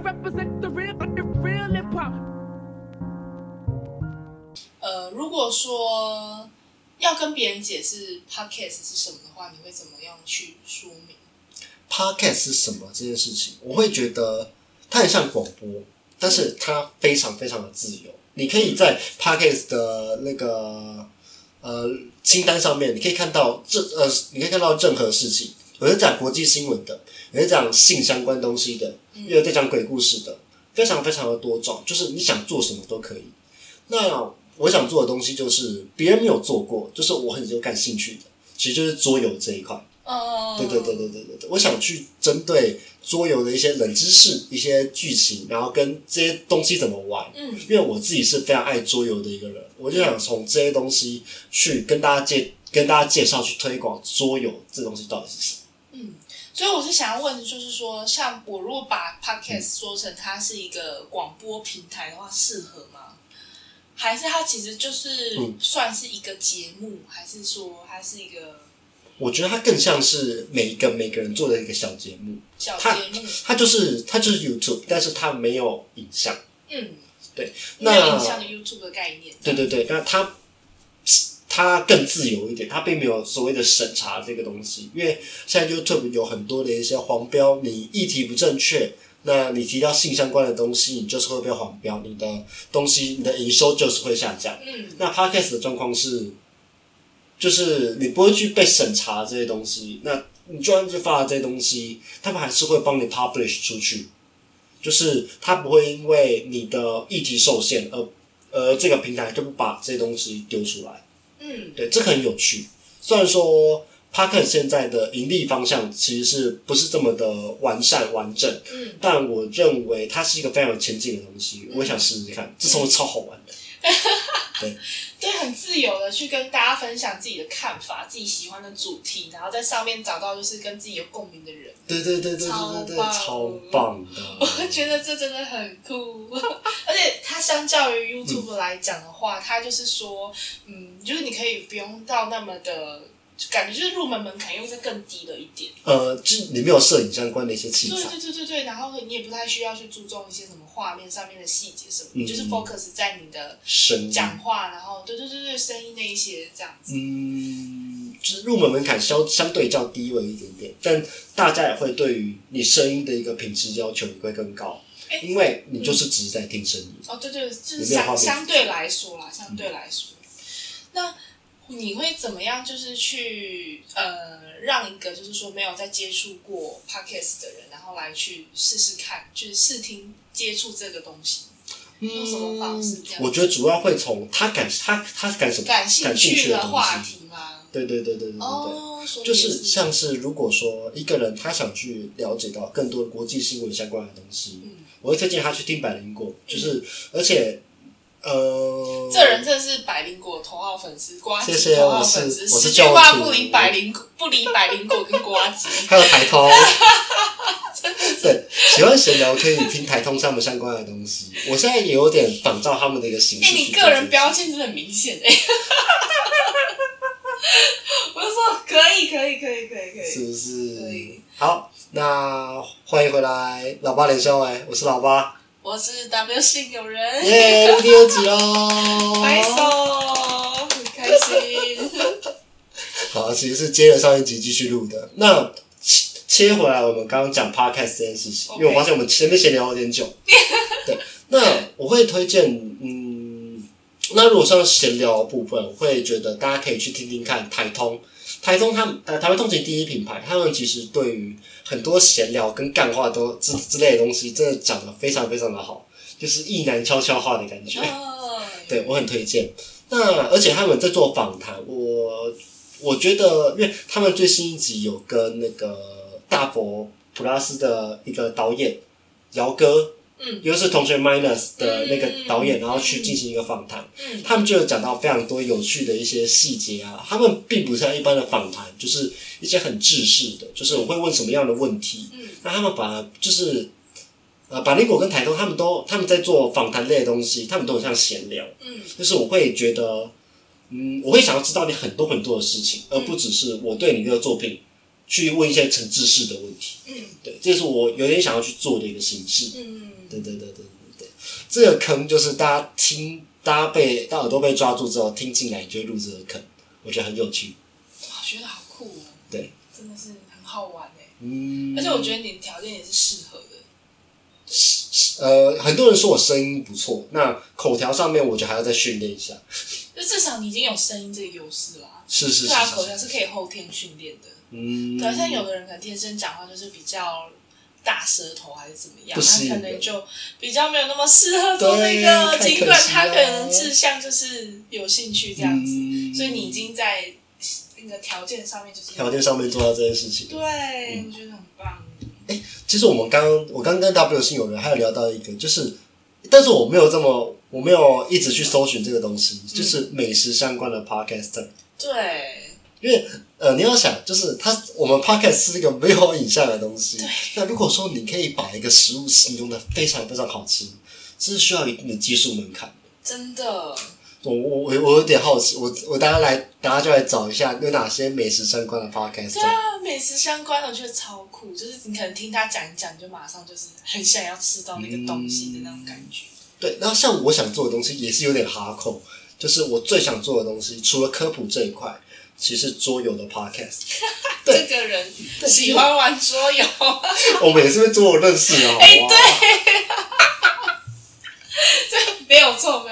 如果说要跟别人解释 podcast 是什么的话，你会怎么样去说明 podcast 是什么这件事情？我会觉得它很像广播，但是它非常非常的自由。你可以在 podcast 的那个清单上面，你可以看到任何事情，有的讲国际新闻的，有的讲性相关东西的，有的在讲鬼故事的，非常非常的多种，就是你想做什么都可以。那我想做的东西就是别人没有做过，就是我很有感兴趣的，其实就是桌游这一块。对，我想去针对桌游的一些冷知识、一些剧情，然后跟这些东西怎么玩。因为我自己是非常爱桌游的一个人，我就想从这些东西去跟大家介绍、去推广桌游这东西到底是什么。 所以我是想要问，就是说，像我如果把 podcast 说成它是一个广播平台的话，适合吗？还是它其实就是算是一个节目，还是说它是一个？ 我觉得它更像是每个人做的一个小节目。它就是 YouTube， 但是它没有影像。对， 没有影像的 YouTube 的概念。 对，那它更自由一点，它并没有所谓的审查这个东西，因为现在 YouTube 有很多的一些黄标，你议题不正确，那你提到性相关的东西，你就是会被黄标，你的东西，你的营收就是会下降。那 Podcast 的状况是，就是你不会去被审查这些东西，那你就算是发了这些东西，他们还是会帮你 publish 出去，就是他不会因为你的议题受限而这个平台就不把这些东西丢出来。对，这很有趣。虽然说 Podcast 现在的盈利方向其实不是这么的完善完整，但我认为它是一个非常有前进的东西，我也想试试看，这是我超好玩的。 对，很自由的去跟大家分享自己的看法、自己喜欢的主题，然后在上面找到就是跟自己有共鸣的人。对， 超棒的。 我觉得这真的很酷，而且它相较于 YouTube 来讲的话，它就是说，就是你可以不用到那么的。感觉就是入门门槛又再更低了一点。 就是你没有摄影相关的一些器材。 对，然后你也不太需要去注重一些什么画面上面的细节什么，你就是 focus 在你的讲话，然后对，声音那一些这样子。 就是入门门槛相对较低微一点点，但大家也会对于你声音的一个品质要求也会更高，因为你就是只是在听声音。 对，就是相对来说啦，那你会怎么样？就是去让一个就是说没有在接触过 podcast 的人，然后来去试试看，就是试听接触这个东西，用什么方式？这样？ 我觉得主要会从他感兴趣的话题吗？ 对，就是像是如果说一个人他想去了解到更多的国际新闻相关的东西，我会推荐他去听百灵果，就是而且。 这人真的是百灵果头号粉丝，呱吉头号粉丝， 我是 10句话不离百灵果跟呱吉， 还有台通， 真的是对，喜欢闲聊可以听台通上面相关的东西。我现在也有点仿照他们的一个形式。 你个人标签真的很明显我就说可以， 是不是？ 可以。 好，那欢迎回来，老八连胜我是老八。 我是 W 姓友人， 录第2集咯， 拍手，很开心。 好，其实是接着上一集继续录的。那切回来，我们刚刚讲 podcast 这件事情，因为我发现我们前面闲聊有点久。对，那我会推荐，那如果像闲聊的部分，我会觉得大家可以去听听看台通他们台湾通勤第一品牌，他们其实对于很多闲聊跟干话都之类的东西，真的讲得非常非常的好，就是意男悄悄话的感觉。对，我很推荐。那而且他们在做访谈，我觉得，因为他们最新一集有跟那个大佛普拉斯的一个导演姚哥。又是同学 Minus 的那个导演，然后去进行一个访谈，他们就有讲到非常多有趣的一些细节啊。他们并不像一般的访谈，就是一些很制式的，就是我会问什么样的问题，那他们反而就是百灵果跟台东他们在做访谈类的东西，他们都很像闲聊，就是我会觉得，我会想要知道你很多很多的事情，而不只是我对你这个作品去问一些很制式的问题，对，这是我有点想要去做的一个形式， 对，这个坑就是大家耳朵被抓住之后听进来，你就会入这个坑，我觉得很有趣。 我觉得好酷哦。 对， 真的是很好玩而且我觉得你的条件也是适合的。 很多人说我声音不错，那口条上面我觉得还要再训练一下。 就至少你已经有声音这个优势啦。 是。对啊，口条是可以后天训练的。对啊，像有的人可能天生讲话就是比较大舌头还是怎么样，他可能就比较没有那么适合做这个。尽管他可能志向就是有兴趣这样子，所以你已经在那个条件上面做到这件事情。 对，我觉得很棒。 其实我刚跟 W 姓友人还有聊到一个，就是但是我没有一直去搜寻这个东西，就是美食相关的 podcaster。 对， 因为你要想，就是我们 podcast 是一个没有影像的东西。那如果说你可以把一个食物形容的非常非常好吃，这是需要一定的技术门槛的。 真的。 我有点好奇，我大家就来找一下有哪些美食相关的 podcast。 对啊，美食相关的我觉得超酷，就是你可能听他讲一讲，你就马上就是很想要吃到那个东西的那种感觉。 对，然后像我想做的东西也是有点哈扣，就是我最想做的东西，除了科普这一块，其实是桌游的 podcast。 这个人喜欢玩桌游， 我们也是被桌游认识的，好不好？ 对，这没有错。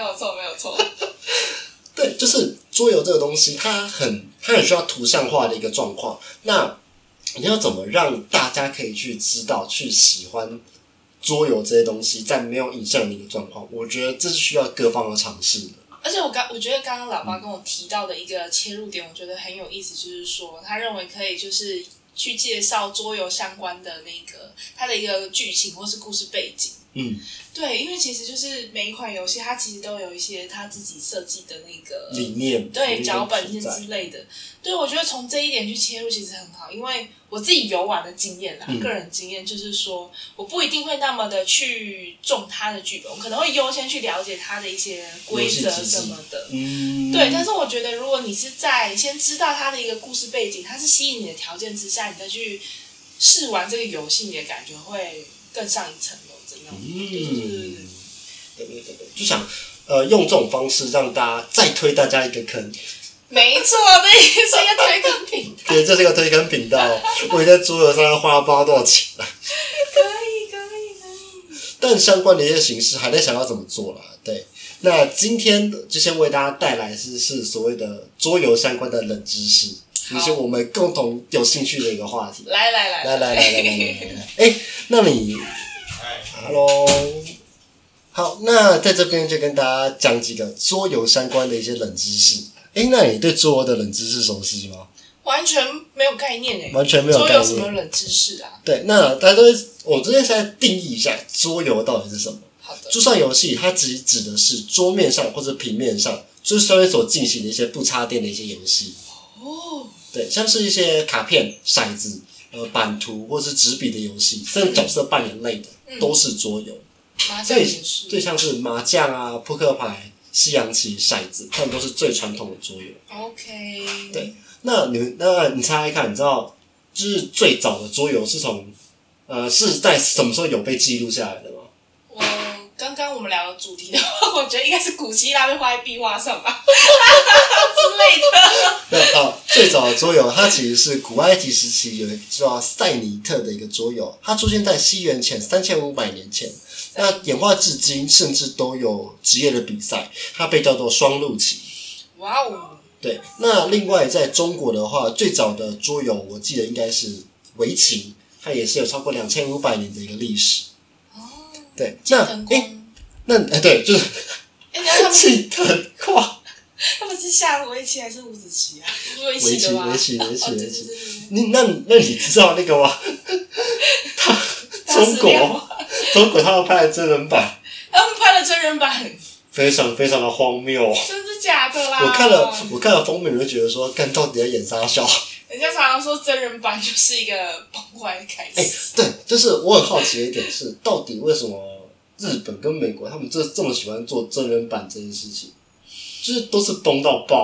对，就是桌游这个东西，它很需要图像化的一个状况。那你要怎么让大家可以去知道、去喜欢桌游这些东西，在没有影像的一个状况？我觉得这是需要各方的尝试的。 而且我觉得刚刚老爸跟我提到的一个切入点，我觉得很有意思，就是说他认为可以就是去介绍桌游相关的那个它的一个剧情或是故事背景。对，因为其实就是每一款游戏，它其实都有一些它自己设计的那个理念， 对，脚本一些之类的。对，我觉得从这一点去切入其实很好，因为我自己游玩的经验啦，个人经验就是说，我不一定会那么的去中它的剧本，我可能会优先去了解它的一些规则什么的。对，但是我觉得如果你是在先知道它的一个故事背景，它是吸引你的条件之下，你再去试玩这个游戏，你的感觉会更上一层楼。 对，就想用这种方式让再推大家一个坑。 没错，这也是一个推坑频道。 对，这是一个推坑频道。我也在桌游上要花不知道多少钱了。 可以。 但相关的一些形式还在想要怎么做啦。对，那今天就先为大家带来是所谓的桌游相关的冷知识，也是我们共同有兴趣的一个话题。 来， 那你。Hello， 好，那在这边就跟大家讲几个桌游相关的一些冷知识。那你对桌游的冷知识熟悉吗？ 完全没有概念完全没有概念。 桌游什么冷知识啊？ 对，那大家我这边现在定义一下桌游到底是什么。 好的。桌上游戏它指的是桌面上或者平面上就是上面所进行的一些不插电的一些游戏。对，像是一些卡片、骰子。版图或是纸笔的游戏，甚至角色扮演类的，都是桌游。 麻将也是。 最像是麻将啊、扑克牌、西洋棋、骰子，它们都是最传统的桌游。 OK。 对，那你猜猜看，你知道就是最早的桌游是是在什么时候有被记录下来的吗？ 刚刚我们聊的主题的话，我觉得应该是古希腊被画在壁画上吧之类的。 对，好，最早的桌游它其实是古埃及时期有一个叫塞尼特的一个桌游，它出现在西元前3500年前，那演化至今，甚至都有职业的比赛，它被叫做双陆棋。 哇哦！ 对，那另外在中国的话，最早的桌游我记得应该是围棋，它也是有超过2500年的一个历史。对，对，就是近藤光。 他们是下围棋还是五子棋啊？围棋的吗？ 围棋。那你知道那个吗？中国他们拍了真人版。 他们拍了真人版。 非常非常的荒谬。 真的假的啦？ 我看了封面，我就觉得说，干到底在演啥小？ 人家常常说真人版就是一个崩坏的开始。 对，就是我很好奇的一点是，到底为什么日本跟美国他们这么喜欢做真人版这件事情？就是都是崩到爆啊！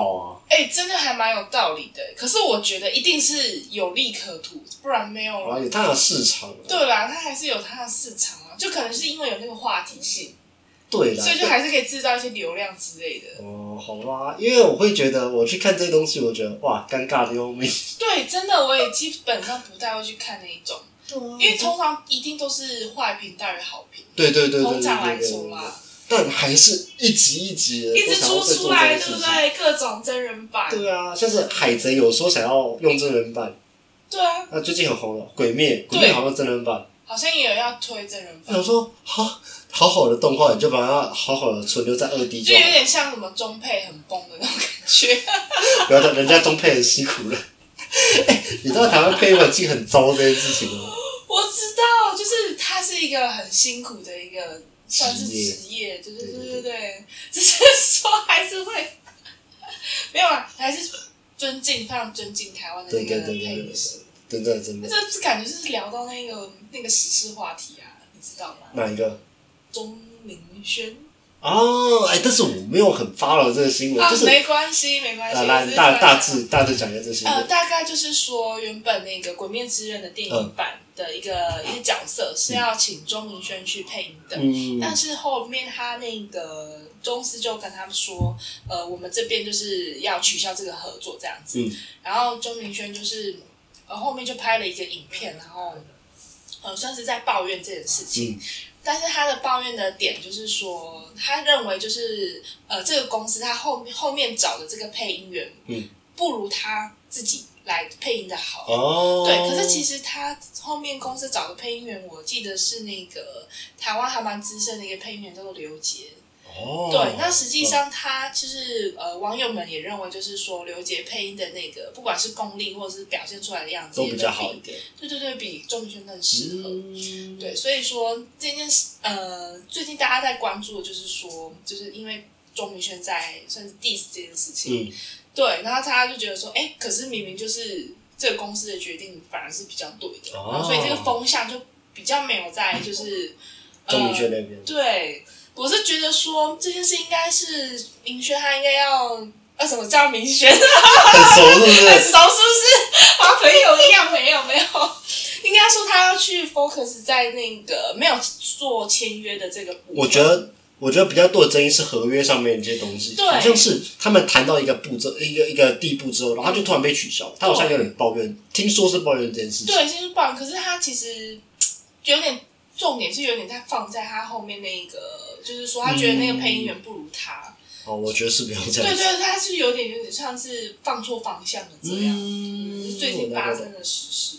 真的还蛮有道理的。可是我觉得一定是有利可图，不然没有。 有它的市场。 对啦，它还是有它的市场啊，就可能是因为有那个话题性。 对啦， 所以就还是可以制造一些流量之类的。 好吧，因为我会觉得我去看这些东西，我觉得哇，尴尬的要命。 对，真的，我也基本上不太会去看那一种，因为通常一定都是坏评大于好评。 对， 通常来说啦。 但还是一集一集的， 一直出来，对不对？各种真人版。 对啊，像是海贼有说想要用真人版。 对啊。 那最近很红了，鬼灭好像真人版。 好像也有要推真人版。 我想说，好好的动画，你就把它好好的存留在2D 就有点像什么中配很崩的那种感觉。 不要讲人家中配很辛苦了。你知道台湾配音环境很糟这件事情吗？ 我知道，就是它是一个很辛苦的一个算是职业，对，只是说还是会没有啊，还是非常尊敬台湾的那个配音师。 真的， 这感觉就是聊到那个时事话题啊，你知道吗？ 哪一个？ 钟明轩。 但是我没有很 follow 这个新闻，就是没关系。 来大致讲一下这新闻。 大概就是说，原本那个《鬼灭之刃》的电影版的一个角色是要请钟明轩去配音的，但是后面他那个公司就跟他们说，我们这边就是要取消这个合作这样子。然后钟明轩就是后面就拍了一个影片，然后算是在抱怨这件事情。但是他的抱怨的点就是说，他认为就是这个公司他后面找的这个配音员，不如他自己来配音的好。对，可是其实他后面公司找的配音员，我记得是那个台湾还蛮资深的一个配音员，叫做刘杰。对，那实际上他就是网友们也认为，就是说刘杰配音的那个，不管是功力或者是表现出来的样子， 都比较好一点。 对，比钟明轩更适合。对，所以说这件事，最近大家在关注的就是说，就是因为钟明轩在算是 diss 这件事情。对，然后大家就觉得说，可是明明就是这个公司的决定反而是比较对的，然后所以这个风向就比较没有在就是钟明轩那边。 对。我是觉得说这件事应该是明轩，他应该要什么叫明轩？很熟是不是？ 很熟是不是？好朋友一样，没有，应该说他要去 focus 在那个没有做签约的这个部分。 我觉得比较多的争议是合约上面的这些东西，好像是他们谈到一个步骤、一个地步之后，然后他就突然被取消，他好像有点抱怨，听说是抱怨这件事情。 对，就是抱怨，可是他其实有点重点是有点在放在他后面那个。就是说，他觉得那个配音员不如他。 我觉得是不用这样。 对，他是有点像是放错方向的这样。是最近发生的实事。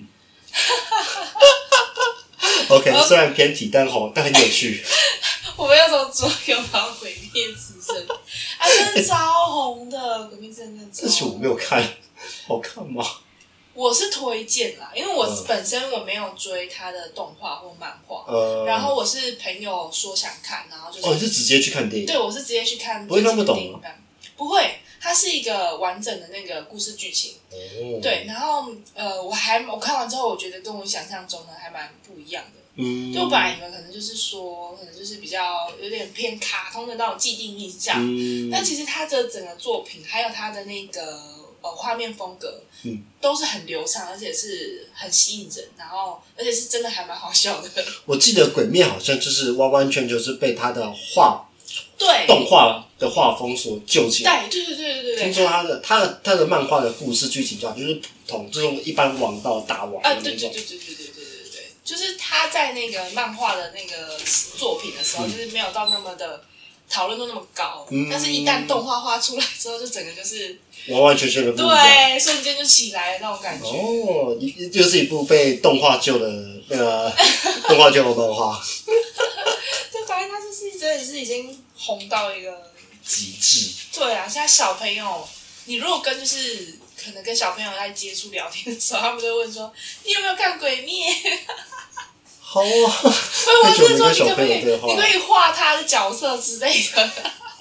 OK， 虽然偏题，但很有趣。 我们要从桌游到《鬼灭之刃》真的超红的，《鬼灭之刃》真的超红。 这期我没有看，好看吗？ 我是推荐啦，因为我本身我没有追他的动画或漫画，然后我是朋友说想看，然后就是你是直接去看电影？ 对，我是直接去看， 不会看不懂吗？ 不会，它是一个完整的那个故事剧情。对，然后我看完之后，我觉得跟我想象中的还蛮不一样的。就我本来以为可能就是比较有点偏卡通的那种既定印象，但其实他的整个作品还有他的那个画面风格，都是很流畅，而且是很吸引人，然后而且是真的还蛮好笑的。 我记得《鬼灭》好像就是完完全就是被他的动画的画风所救起来。 对。 听说他的漫画的故事剧情就是普通，这种一般王道打王的那种。对， 就是他在那个漫画的那个作品的时候，就是没有到那么的讨论度那么高，但是一旦动画画出来之后，就整个就是完完全全的不一样， 对，瞬间就起来的那种感觉。 就是一部被动画救的那个动画救的漫画。 对，发现他这是真的是已经红到一个极致。 对啊，现在小朋友，你如果可能跟小朋友在接触聊天的时候，他们就会问说：“你有没有看《鬼灭》？” 好啊， 我是说你可以画他的角色之类的。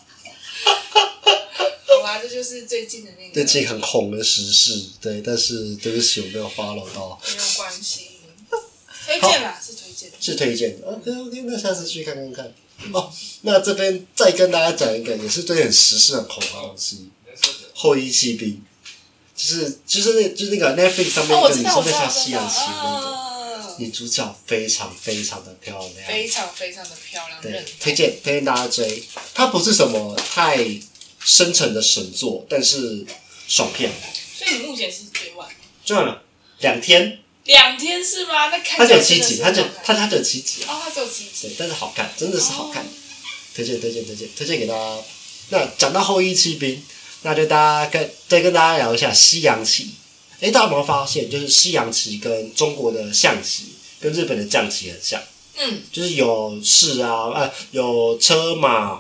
好吧，这就是最近的那个最近很红的时事，对，但是对不起，我没有 follow 到。 没有关系，推荐啦， 是推荐的。OK， 那下次去看看。那这边再跟大家讲一个，也是最近很时事很红的东西。 后羿骑兵，就是那个 Netflix 上面一个女生在下西洋棋那个女主角非常非常的漂亮， 非常非常的漂亮， 对，推荐大家追。它不是什么太深沉的神作，但是爽片。 所以你目前是追完？ 追完了2天。 2天是吗？那看它只有7集，它只有7集哦，它只有7集。 对，但是好看，真的是好看，推荐给大家。那讲到后羿骑兵，那就再跟大家聊一下西洋棋。大家有没有发现，就是西洋棋跟中国的象棋跟日本的将棋很像？就是有士啊，有车马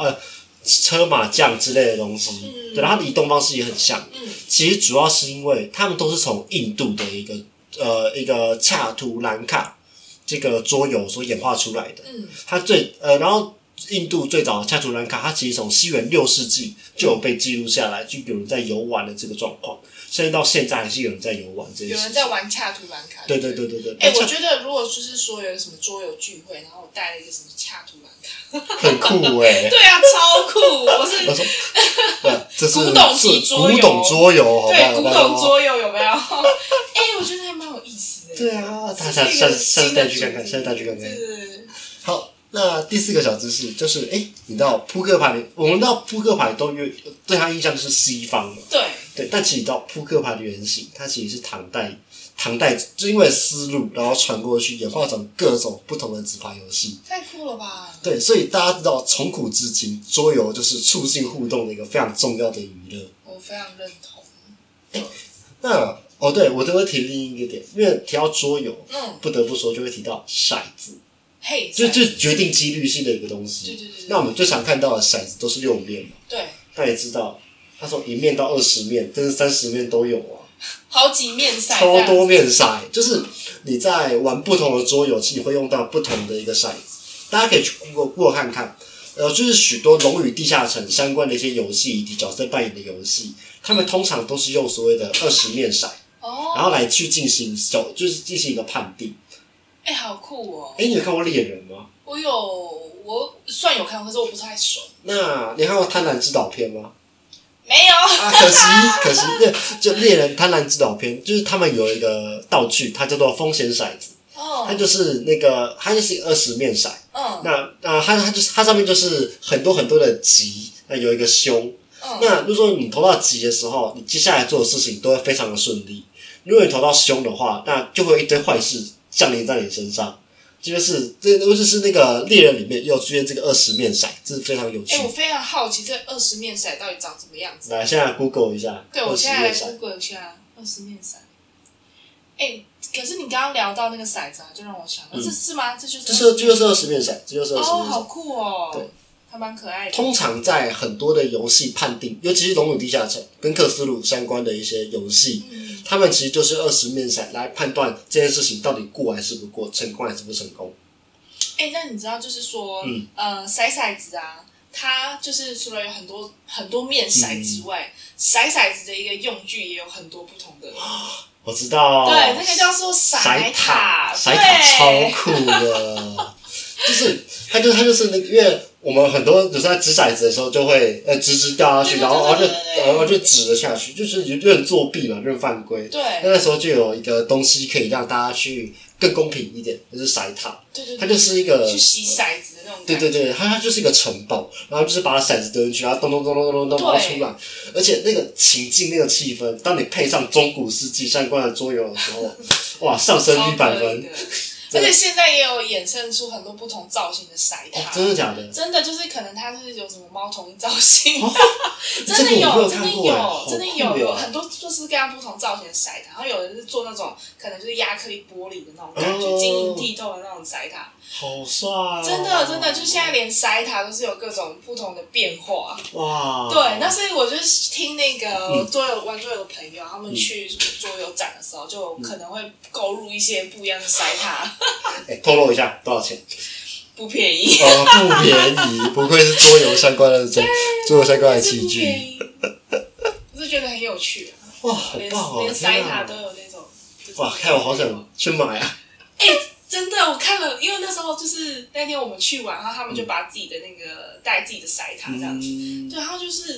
将之类的东西，对，它的移动方式也很像。其实主要是因为他们都是从印度的一个恰图兰卡这个桌游所演化出来的。它然后印度最早的恰图兰卡，它其实从西元6世纪就有被记录下来，就有人在游玩的这个状况，甚至到现在还是有人在游玩这些。 有人在玩恰图兰卡。 对。 我觉得如果就是说有什么桌游聚会，然后我带了一个什么恰图兰卡， 很酷对啊，超酷！我说， 这是古董级桌游， 古董桌游， 对，古董桌游有没有？我觉得还蛮有意思的。 对啊，下次带去看看，对。好，那第4个小知识就是，你知道扑克牌，我们知道扑克牌都对它印象就是西方嘛，对，但其实你知道扑克牌的原型，它其实是唐代就因为丝路，然后传过去，演化成各种不同的纸牌游戏。 太酷了吧！ 对，所以大家知道，从古至今，桌游就是促进互动的一个非常重要的娱乐。 我非常认同。 那对，我都会提另一个点，因为提到桌游，不得不说就会提到骰子。就决定几率性的一个东西。 对。 那我们最常看到的骰子都是6面嘛。 对。 那也知道，它从1面到20面，甚至30面都有啊。 好几面骰。 超多面骰，就是你在玩不同的桌游，其实你会用到不同的一个骰子。大家可以去 Google 看看，就是许多《龙与地下城》相关的一些游戏以及角色扮演的游戏，他们通常都是用所谓的20面骰，然后来去进行一个判定。 好酷哦！ 你有看过猎人吗？ 我算有看过，可是我不太熟。 那你看过《贪婪之岛》篇吗？ 没有啊，可惜，就猎人贪婪之岛篇，就是他们有一个道具，它叫做风险骰子。它就是它就是一个20面骰。它上面就是很多很多的吉，有一个凶。那如果说你投到吉的时候，你接下来做的事情都会非常的顺利。如果你投到凶的话，那就会有一堆坏事降临在你身上。就是那个猎人里面又出现这个20面骰，这是非常有趣。 我非常好奇这20面骰到底长什么样子。 来，现在 Google 一下。 对，我现在来 Google 一下20面骰。可是你刚刚聊到那个骰子啊，就让我想到，这是吗？这就是 20面骰，这就是20面骰。 好酷哦！ 对， 还蛮可爱的。 通常在很多的游戏判定，尤其是《龙与地下城》跟克斯鲁相关的一些游戏，他们其实就是20面骰来判断这件事情到底过还是不过，成功还是不成功。 那你知道就是说，骰子啊，它就是除了有很多面骰之外，骰子的一个用具也有很多不同的。 我知道， 对，那个叫做骰塔， 骰塔超酷的，就是它就是那个，因为我们很多有时候在掷骰子的时候就会直掉下去，然后就指了下去，就是有点作弊嘛，有点犯规。 对， 那时候就有一个东西可以让大家去更公平一点，就是骰塔。 对， 它就是一个去洗骰子的那种感觉。 对，它就是一个城堡，然后就是把骰子丢进去，然后咚咚咚咚咚咚咚出来，而且那个情境那个气氛，当你配上中古世纪相关的桌游的时候，哇，上升100分。 而且现在也有衍生出很多不同造型的骰塔。 真的假的？ 真的，就是可能它是有什么猫头鹰造型， 真的有很多就是各样不同造型的骰塔，然后有人是做那种可能就是亚克力玻璃的那种感觉，晶莹剔透的那种骰塔， 好帅哦！ 真的，就现在连骰塔都是有各种不同的变化。 哇！ 对，那所以我就是听那个玩桌游的朋友，他们去桌游展的时候，就可能会购入一些不一样的骰塔。 透露一下多少钱？ 不便宜不便宜，不愧是桌游相关的器具。 我是觉得很有趣哇，好棒哦！ 连骰塔都有那种。 哇，看我好想去买啊！ 真的，我看了，因为那时候就是那天我们去玩，然后他们就把自己的那个带自己的骰塔这样子，对，然后就是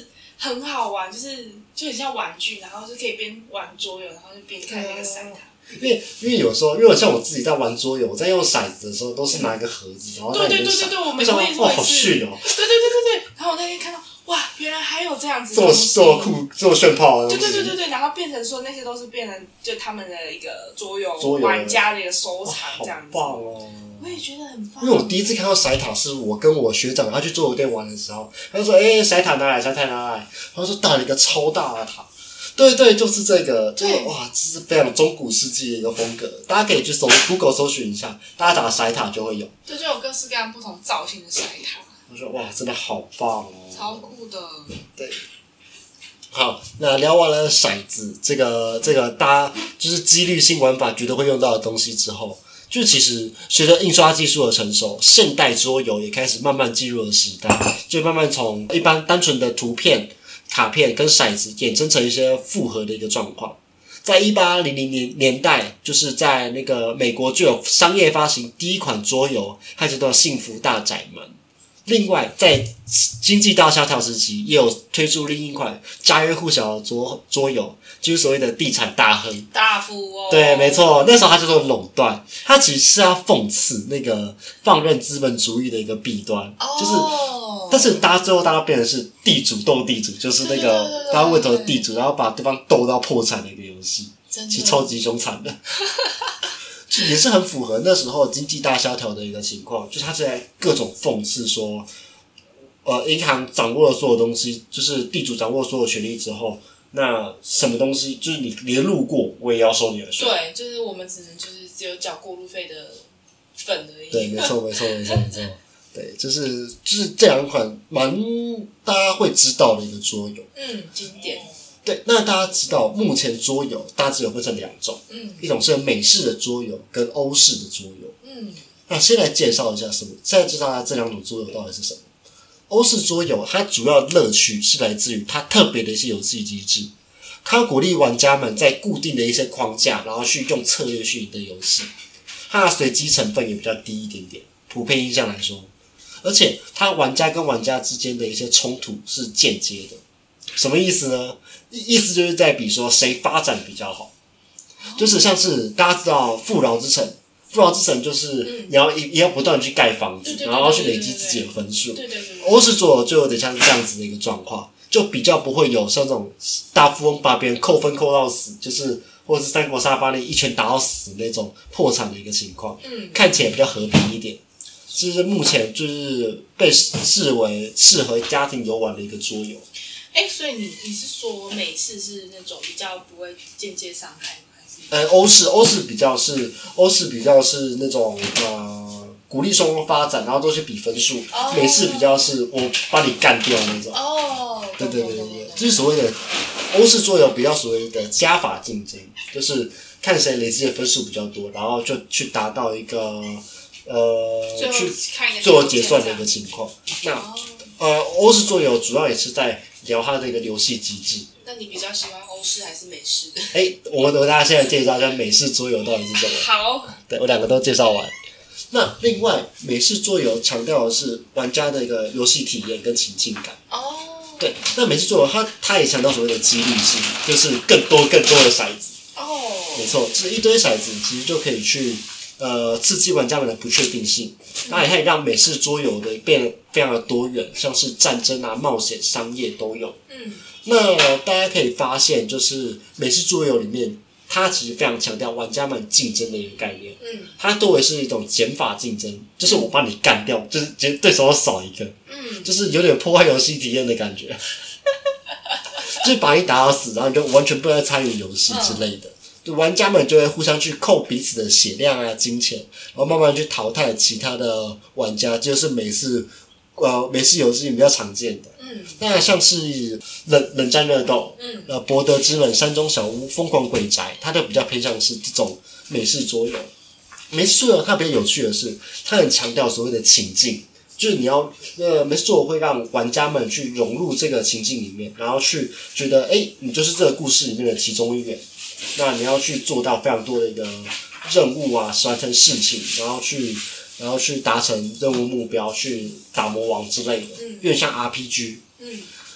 很好玩，就很像玩具，然后就可以边玩桌游，然后就边看那个骰塔。 因为有时候，因为像我自己在玩桌游，我在用骰子的时候，都是拿一个盒子，然后在里面对，我也是。 哇，好逊哦！ 对。然后我那天看到，哇，原来还有这样子这么酷，这么炫炮的东西。 对，然后变成说那些都是变成就他们的一个桌游玩家的一个收藏这样子。 好棒哦！ 我也觉得很棒。 因为我第一次看到骰塔，是我跟我学长他去桌游店玩的时候，他就说：“骰塔拿来。”他说带了一个超大的塔。对，就是这个，就是哇，这是非常中古世纪的一个风格。大家可以去Google 搜寻一下，大家打骰塔就会有。 对，就有各式各样不同造型的骰塔。 我说哇，真的好棒哦！ 超酷的。 对。好，那聊完了骰子这个大家就是几率性玩法绝对会用到的东西之后，就其实随着印刷技术的成熟，现代桌游也开始慢慢进入了时代，就慢慢从一般单纯的图片、卡片跟骰子衍生成一些复合的一个状况。在1800年代，就是在那个美国就有商业发行第一款桌游，它叫做《幸福大宅门》。另外，在经济大萧条时期，也有推出另一款家喻户晓的桌游，就是所谓的地产大亨大富翁。 对，没错，那时候它叫做垄断，它其实是要讽刺那个放任资本主义的一个弊端，就是，但是最后大家变成是地主斗地主，就是那个大家为头地主，然后把对方斗到破产的一个游戏，其实超级凶残的。也是很符合那时候经济大萧条的一个情况，就是他在各种讽刺说，银行掌握了所有东西，就是地主掌握所有权利之后，那什么东西就是你连路过，我也要收你的税。 对，就是我们只有缴过路费的份而已。 对，没错。对，就是这两款蛮大家会知道的一个桌游。 经典。 对，那大家知道目前桌游大致有分成2种，一种是美式的桌游跟欧式的桌游。那先来介绍一下现在介绍一下这2种桌游到底是什么。欧式桌游它主要乐趣是来自于它特别的一些游戏机制，它鼓励玩家们在固定的一些框架，然后去用策略去赢得游戏，它的随机成分也比较低一点点，普遍印象来说，而且它玩家跟玩家之间的一些冲突是间接的。什么意思呢？意思就是在比说谁发展比较好，就是像是大家知道富饶之城就是你也要不断去盖房子，然后去累积自己的分数。欧式桌游就有点像是这样子的一个状况，就比较不会有像这种大富翁把别人扣分扣到死，就是或者是三国杀把你一拳打到死那种破产的一个情况，看起来比较和平一点。就是目前就是被视为适合家庭游玩的一个桌游。 所以你是说美式是那种比较不会间接伤害吗？还是？ 欧式比较是那种鼓励双方发展，然后都去比分数。美式比较是我把你干掉那种。对，就是所谓的欧式桌游比较所谓的加法竞争，就是看谁累积的分数比较多，然后就去达到一个去最后结算的一个情况。那欧式桌游主要也是在聊它的一个游戏机制。 那你比较喜欢欧式还是美式的？ 我大家现在介绍一下美式桌游到底是什么。 好， 对，我2个都介绍完。那另外，美式桌游强调的是玩家的一个游戏体验跟情境感。对，那美式桌游它也强调所谓的激励性，就是更多的骰子。没错，就是一堆骰子，其实就可以去刺激玩家们的不确定性。那也可以让美式桌游的变非常的多元，像是战争啊、冒险、商业都有。那大家可以发现，就是美式桌游里面，它其实非常强调玩家们竞争的一个概念。它多为是一种减法竞争，就是我把你干掉，就是对手少一个。就是有点破坏游戏体验的感觉。就是把你打到死，然后你就完全不能参与游戏之类的。就玩家们就会互相去扣彼此的血量啊、金钱，然后慢慢去淘汰其他的玩家，就是美式游戏比较常见的。那像是冷战热斗，博德之门、山中小屋、疯狂鬼宅，它都比较偏向是这种美式桌游。美式桌游它比较有趣的是，它很强调所谓的情境，就是你要美式桌游会让玩家们去融入这个情境里面，然后去觉得你就是这个故事里面的其中一员。那你要去做到非常多的一个任务啊，完成事情，然后去达成任务目标，去打魔王之类的，有点像 RPG。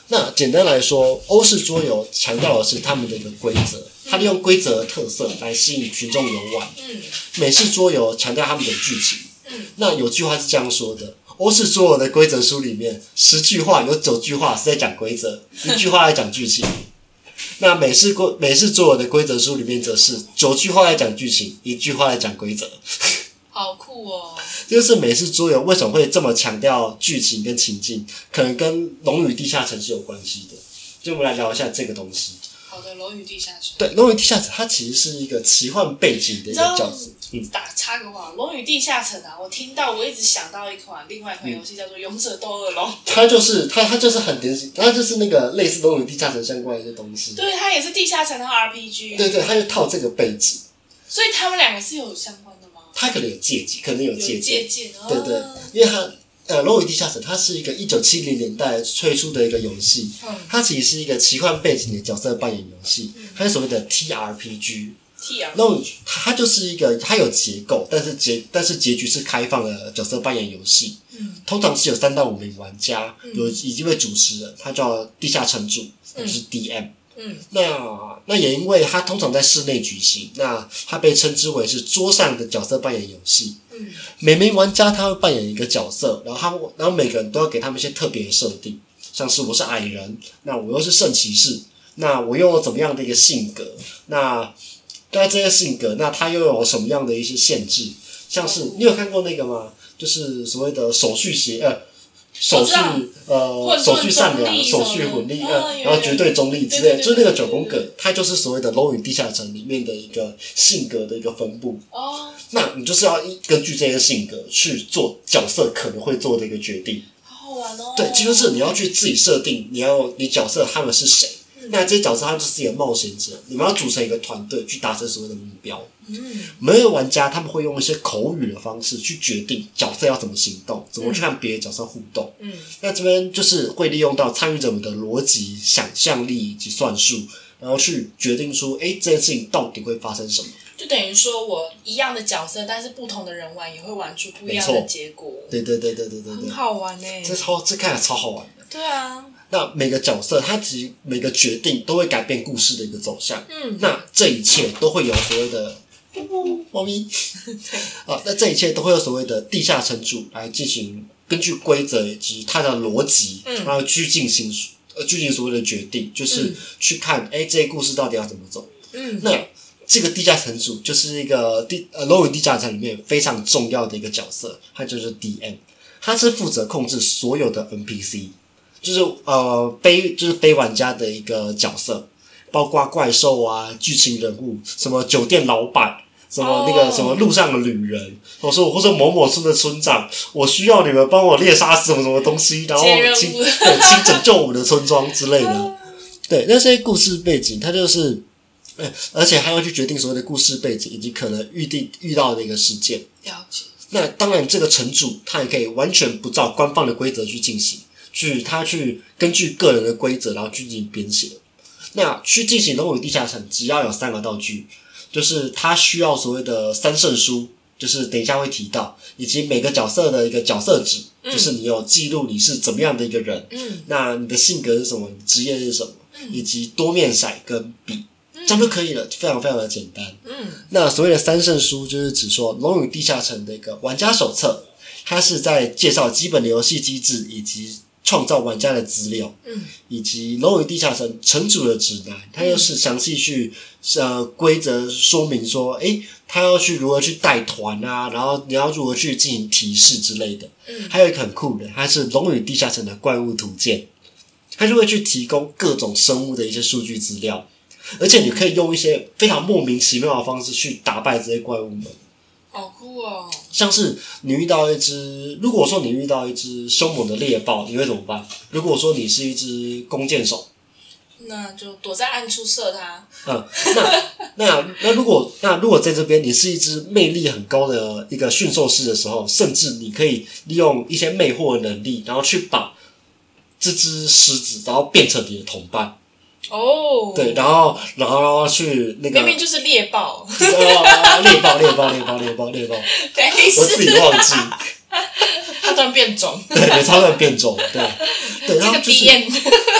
那简单来说，欧式桌游强调的是他们的一个规则，它利用规则的特色来吸引群众游玩。美式桌游强调他们的剧情。那有句话是这样说的：欧式桌游的规则书里面10句话有9句话是在讲规则，1句话在讲剧情。那美式桌游的规则书里面则是9句话在讲剧情，1句话在讲规则。 好酷哦！ 这就是美式桌游为什么会这么强调剧情跟情境，可能跟《龙与地下城》是有关系的。就我们来聊一下这个东西。 好的，《龙与地下城》。 对，《龙与地下城》它其实是一个奇幻背景的一个角色。 插个话，《龙与地下城》啊，我听到我一直想到另外一款游戏叫做《勇者斗恶龙》。 它就是很典型，它就是那个类似《龙与地下城》相关的一些东西。 对，它也是地下城的 RPG。 对，它就套这个背景。 所以他们两个是有相关的吗？ 它可能有借鉴，对，因为它《龙与地下城》它是一个1970年代推出的一个游戏，它其实是一个奇幻背景的角色扮演游戏，它是所谓的 TRPG。它就是一个它有结构，但是结局是开放的角色扮演游戏。通常是有3到5名玩家，有一位主持人，他叫地下城主，就是 DM。那也因为它通常在室内举行，那它被称之为是桌上的角色扮演游戏。每名玩家他会扮演一个角色，然后每个人都要给他们一些特别的设定，像是我是矮人，那我又是圣骑士，那我又有怎么样的一个性格，那这些性格，那他又有什么样的一些限制？像是你有看过那个吗？就是所谓的手续善良，手续混力，然后绝对中立之类，就是那个9宫格，它就是所谓的《龙与地下城》里面的一个性格的一个分布。那你就是要根据这些性格去做角色可能会做的一个决定。 好好玩哦！ 对，就是你要去自己设定，你角色他们是谁。那这些角色他们就是一个冒险者，你们要组成一个团队去达成所谓的目标。每个玩家他们会用一些口语的方式去决定角色要怎么行动，怎么去和别的角色互动。那这边就是会利用到参与者们的逻辑、想象力以及算术，然后去决定出，这件事情到底会发生什么。 就等于说我一样的角色，但是不同的人玩也会玩出不一样的结果。 对， 很好玩欸。 这看起来超好玩的。 对啊。 那每个角色他其实每个决定都会改变故事的一个走向。那这一切都会有所谓的猫咪那这一切都会有所谓的地下城主来进行根据规则以及他的逻辑，然后去进行所谓的决定，就是去看这些故事到底要怎么走。那这个地下城主就是一个龙与地下城里面非常重要的一个角色，他就是 DM， 他是负责控制所有的 NPC， 就是非玩家的一个角色，包括怪兽啊、剧情人物，什么酒店老板，什么那个什么路上的旅人，或者某某村的村长，我需要你们帮我猎杀什么东西，然后请拯救我们的村庄之类的。对，那些故事背景，它就是而且还要去决定所谓的故事背景以及可能遇到的一个事件。 了解。 那当然，这个城主他也可以完全不照官方的规则去进行，他去根据个人的规则然后去进行编写。那去进行龙与地下城，只要有3个道具，就是他需要所谓的3圣书，就是等一下会提到，以及每个角色的一个角色值，就是你有记录你是怎么样的一个人，那你的性格是什么，你职业是什么，以及多面骰跟笔。这样就可以了，非常非常的简单。那所谓的3圣书就是指说《龙与地下城》的一个玩家手册，它是在介绍基本的游戏机制以及创造玩家的资料，以及《龙与地下城》城主的指南，它又是详细去规则说明说，他要去如何去带团啊，然后你要如何去进行提示之类的。还有一个很酷的，它是《龙与地下城》的怪物图鉴，它就会去提供各种生物的一些数据资料。而且你可以用一些非常莫名其妙的方式去打败这些怪物们。 好酷哦！像是如果说你遇到一只凶猛的猎豹，你会怎么办？如果说你是一只弓箭手， 那就躲在暗处射它。 那如果在这边你是一只魅力很高的一个驯兽师的时候，甚至你可以利用一些魅惑的能力，然后去把这只狮子然后变成你的同伴。对，然后去那个明明就是猎豹， 猎豹，我自己忘记， 它突然变种， 对，它突然变种，对，然后就是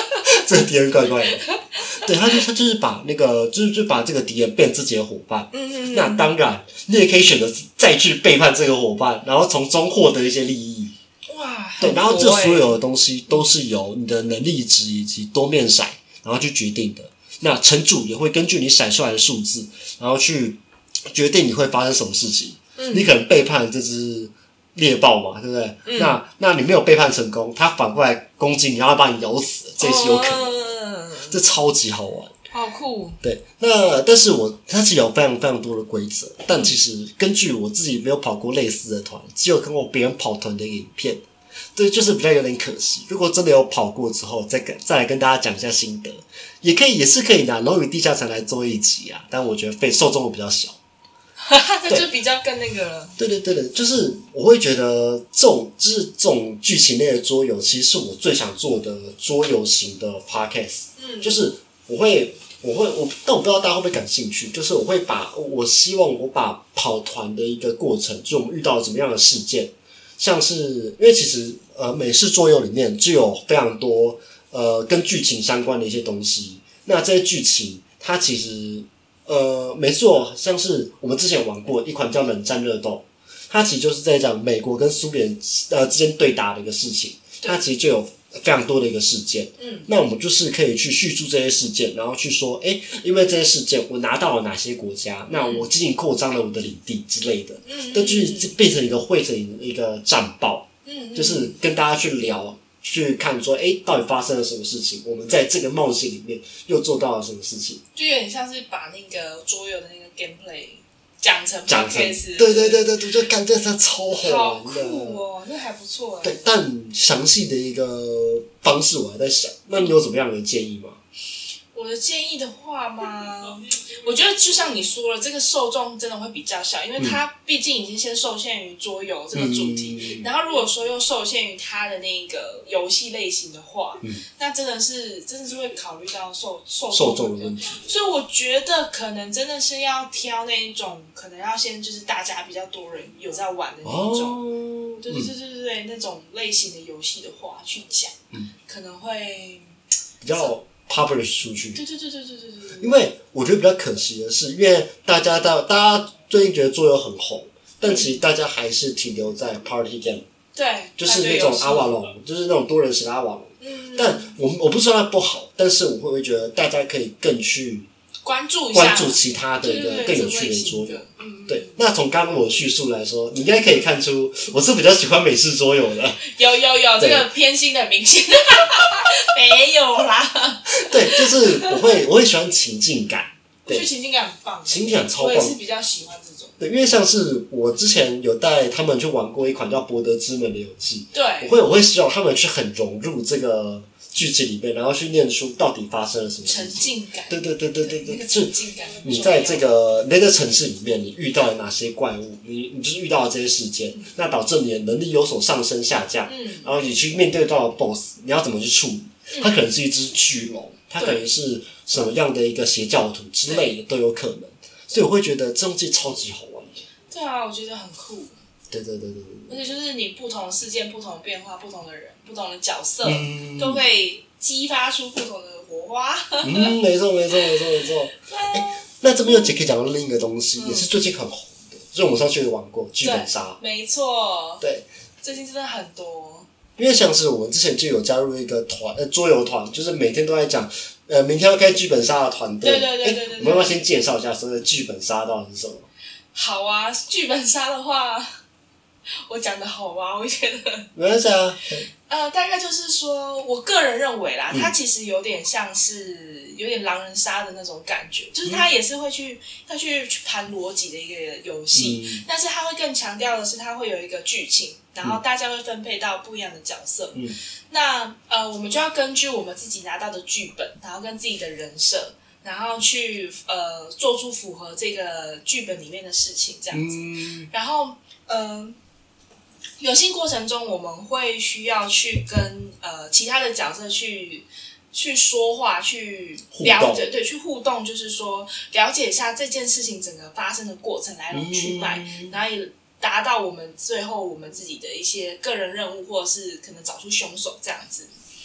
这个敌人怪怪的。对，他就是把那个就是把这个敌人变成自己的伙伴。那当然，你也可以选择再去背叛这个伙伴，然后从中获得一些利益。 哇， 对，然后这所有的东西都是由你的能力值以及多面骰然后去决定的。那城主也会根据你骰出来的数字，然后去决定你会发生什么事情。你可能背叛这只猎豹嘛，对不对？那你没有背叛成功，他反过来攻击你，然后把你咬死，这也是有可能。这超级好玩， 好酷。 对，那但是它其实有非常非常多的规则，但其实根据我自己没有跑过类似的团，只有看过别人跑团的影片，对，就是比较有点可惜。如果真的有跑过之后，再来跟大家讲一下心得，也是可以拿《龙与地下城》来做一集啊，但我觉得受众会比较小。 这就比较更那个了。 对，就是我会觉得这种剧情类的桌游，其实是我最想做的桌游型的 podcast。就是但我不知道大家会不会感兴趣。就是我希望我把跑团的一个过程，就是我们遇到怎么样的事件，像是因为其实美式桌游里面就有非常多跟剧情相关的一些东西。那这些剧情它其实没错，像是我们之前玩过一款叫《冷战热斗》，它其实就是在讲美国跟苏联之间对打的一个事情。它其实就有非常多的一个事件。那我们就是可以去叙述这些事件，然后去说，因为这些事件我拿到了哪些国家，那我进行扩张了我的领地之类的。这就是变成汇成一个战报。就是跟大家去聊。去看说，到底发生了什么事情？我们在这个冒险里面又做到了什么事情？ 就有点像是把那个桌游的那个 gameplay 讲成 podcast。 对，就感觉它超好玩的。 好酷哦，那还不错。 对，但详细的一个方式我还在想。那你有什么样的建议吗？ 我的建议的话嘛，我觉得就像你说了，这个受众真的会比较小，因为它毕竟已经先受限于桌游这个主题，然后如果说又受限于它的那个游戏类型的话，那真的是会考虑到受众的问题。所以我觉得可能真的是要挑那一种，可能要先就是大家比较多人有在玩的那一种，对，那种类型的游戏的话去讲，可能会比较publish 出去。 对。 因为我觉得比较可惜的是，因为大家最近觉得桌游很红，但其实大家还是停留在 party game。 对， 就是那种阿瓦隆，就是那种多人型的阿瓦隆。但我不说它不好，但是我会觉得大家可以更去关注其他的一个更有趣的桌游。对，那从刚刚我的叙述来说，你应该可以看出我是比较喜欢美式桌游的。 有，这个偏心的很明显。没有啦。 对，就是我会喜欢情境感。 我觉得情境感很棒， 情境感超棒。 我也是比较喜欢这种。 对，因为像是我之前有带他们去玩过一款叫《博德之门》的游戏。 对， 我会希望他们去很融入这个剧情里面，然后去念出到底发生了什么事情。沉浸感。 对， 那个沉浸感。 你在这个那个城市里面，你遇到了哪些怪物？你就是遇到了这些事件，那导致你的能力有所上升下降。然后你去面对到的 BOSS， 你要怎么去处理？它可能是一只巨龙，它可能是什么样的一个邪教徒之类的都有可能。所以我会觉得这东西超级好玩的。 对啊，我觉得很酷。对。而且就是你不同的事件、不同的变化、不同的人、不同的角色，都会激发出不同的火花。 没错。那这边有可以讲到另一个东西，也是最近很红的，就是我们上次有玩过剧本杀。 没错。 对。 最近真的很多。 因为像是我们之前就有加入一个桌游团，就是每天都在讲，明天要开剧本杀的团队。 对。 我们要不要先介绍一下所谓的剧本杀到底是什么？ 好啊，剧本杀的话，我讲的好啊，我觉得。 没关系啊。 大概就是说，我个人认为啦，它其实有点像是有点狼人杀的那种感觉，就是它也是会去盘逻辑的一个游戏，但是它会更强调的是，它会有一个剧情。然后大家会分配到不一样的角色。那我们就要根据我们自己拿到的剧本，然后跟自己的人设，然后去做出符合这个剧本里面的事情，这样子。然后游戏过程中，我们会需要去跟其他的角色去说话，去了解，对，去互动，就是说了解一下这件事情整个发生的过程来龙去脉，然后也达到我们最后我们自己的一些个人任务，或者是可能找出凶手这样子。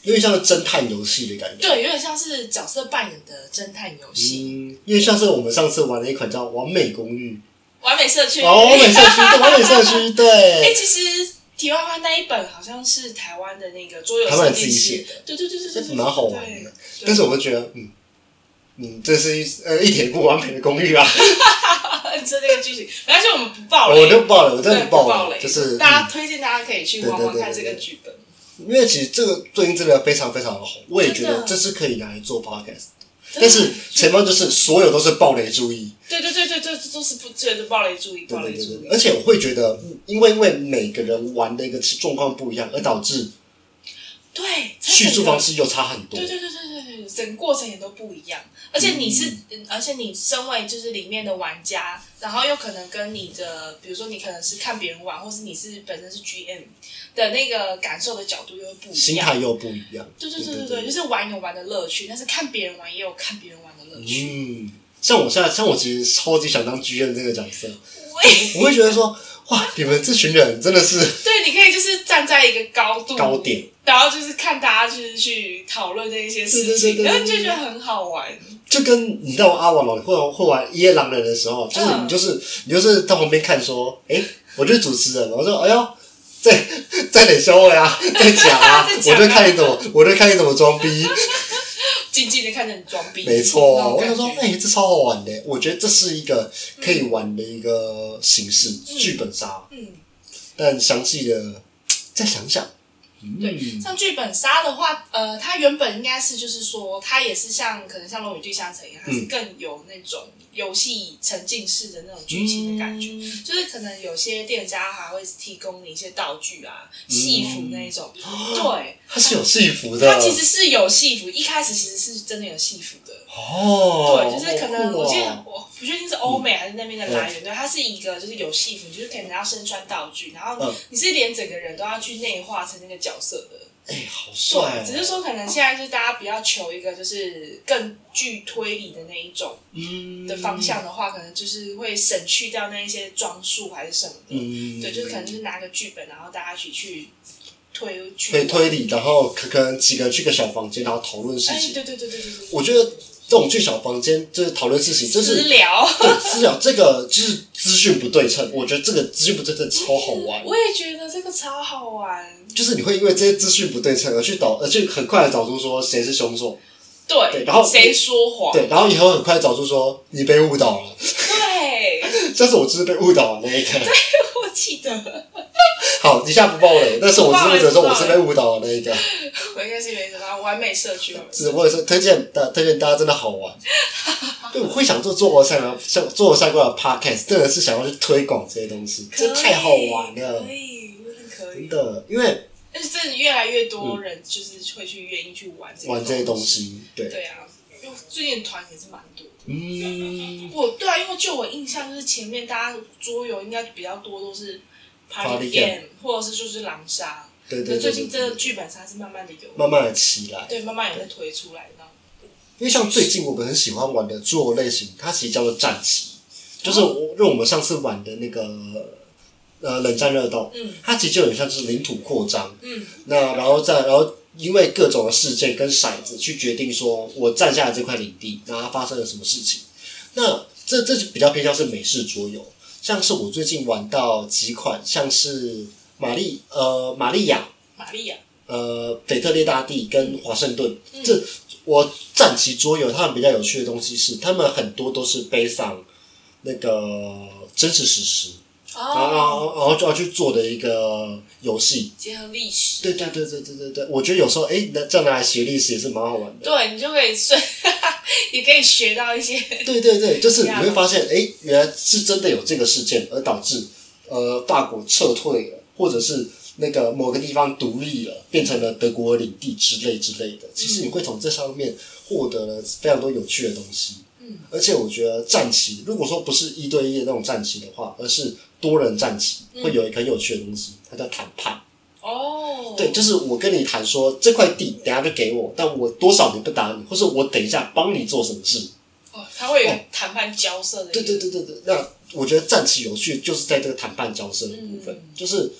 有点像是侦探游戏的感觉。 对，有点像是角色扮演的侦探游戏。 因为像是我们上次玩的一款叫《完美公寓》。 完美社区。 完美社区，对，完美社区，对。 其实题外话那一本好像是台湾的那个桌游设计师写的， 对， 蛮好玩的。但是我会觉得，这是一点不完美的公寓啊。 你说那个剧情，没关系，我们不爆雷。 我就不爆了，我真的不爆雷，就是大家推荐大家可以去玩玩看这个剧本。 因为其实这个最近真的非常非常的红，我也觉得这是可以拿来做 podcast。但是前方就是所有都是爆雷注意， 对，都是不对的爆雷注意，爆雷注意。 而且我会觉得，因为每个人玩的一个状况不一样，而导致叙述方式又差很多。 对，整个过程也都不一样。而且你身为就是里面的玩家，然后又可能跟你的，比如说你可能是看别人玩，或是你是本身是 GM 的那个感受的角度又会不一样， 心态又不一样。 对，就是玩有玩的乐趣，但是看别人玩也有看别人玩的乐趣。 像我其实超级想当 GM 这个角色，我会觉得说，哇，你们这群人真的是， 对，你可以就是站在一个高点， 然后就是看大家就是去讨论这一些事情，然后你就觉得很好玩。就跟你在玩阿瓦隆或玩夜狼人的时候，就是你就是在旁边看说，我就是主持人，我说哎呦，在哪消位啊，在讲啊，我就看你怎么装逼。 静静的看着你装逼， 没错。我想说，这超好玩的。我觉得这是一个可以玩的一个形式，剧本杀。但详细的再想想。 对，像剧本杀的话，它原本应该是就是说，它也是可能像《龙与地下城》一样，它是更有那种游戏沉浸式的那种剧情的感觉，就是可能有些店家还会提供你一些道具啊、戏服那一种。对， 它是有戏服的。 它其实是有戏服，一开始其实是真的有戏服的。对，就是可能我记得我不确定是欧美还是那边的来源，对，它是一个就是有戏服，就是可能要身穿道具，然后你是连整个人都要去内化成那个角色的。 好帅！ 对，只是说可能现在就是大家比较求一个就是更具推理的那一种的方向的话，可能就是会省去掉那一些装束还是什么的。对，就是可能就是拿个剧本，然后大家一起去推理，然后可能几个人去个小房间，然后讨论事情。 对。 我觉得这种去小房间就是讨论事情，就是私聊。 对，私聊这个就是资讯不对称。我觉得这个资讯不对称超好玩。 我也觉得这个超好玩。 就是你会因为这些资讯不对称而去很快的找出说谁是凶手。 对， 然后谁说谎？ 对，然后以后很快找出说你被误导了。 对， 像是我就是被误导的那一个。 对，我记得。 好，以下不爆雷，但是我是负责说我是被误导的那一个。 我应该是没什么完美社区。 是，我也是推荐大家真的好玩。对，我会想做中国相关的 podcast， 真的是想要去推广这些东西，这太好玩了。 可以， 真的，因为但是真的越来越多人就是会去愿意去玩这些东西。对啊，因为最近团也是蛮多的。对啊，因为就我印象就是前面大家桌游应该比较多都是 party game， 或者是就是狼杀。对，最近这个剧本杀是慢慢的起来， 对，慢慢也在推出来的。 因为像最近我们很喜欢玩的桌游类型，它其实叫做战棋，就是我们上次玩的那个冷战热斗，它其实就很像是领土扩张，然后因为各种的事件跟骰子去决定说我占下了这块领地，然后它发生了什么事情。那这就比较偏向是美式桌游，像是我最近玩到几款，像是玛利亚，腓特烈大帝跟华盛顿，这我战棋桌游，他们比较有趣的东西是，他们很多都是背上那个真实史实，然后就要去做的一个游戏， 结合历史。 对，我觉得有时候这样拿来学历史也是蛮好玩的。 对，你就可以也可以学到一些。 对，就是你会发现，原来是真的有这个事件，而导致法国撤退了，或者是那个某个地方独立了，变成了德国领地之类的。其实你会从这上面获得了非常多有趣的东西。而且我觉得战棋，如果说不是1对1的那种战棋的话，而是多人战棋，会有一个很有趣的东西，它叫谈判。对，就是我跟你谈说这块地等一下就给我，但我多少年不打你，或是我等一下帮你做什么事。 它会有谈判交涉的。 对。那我觉得战棋有趣就是在这个谈判交涉的部分，就是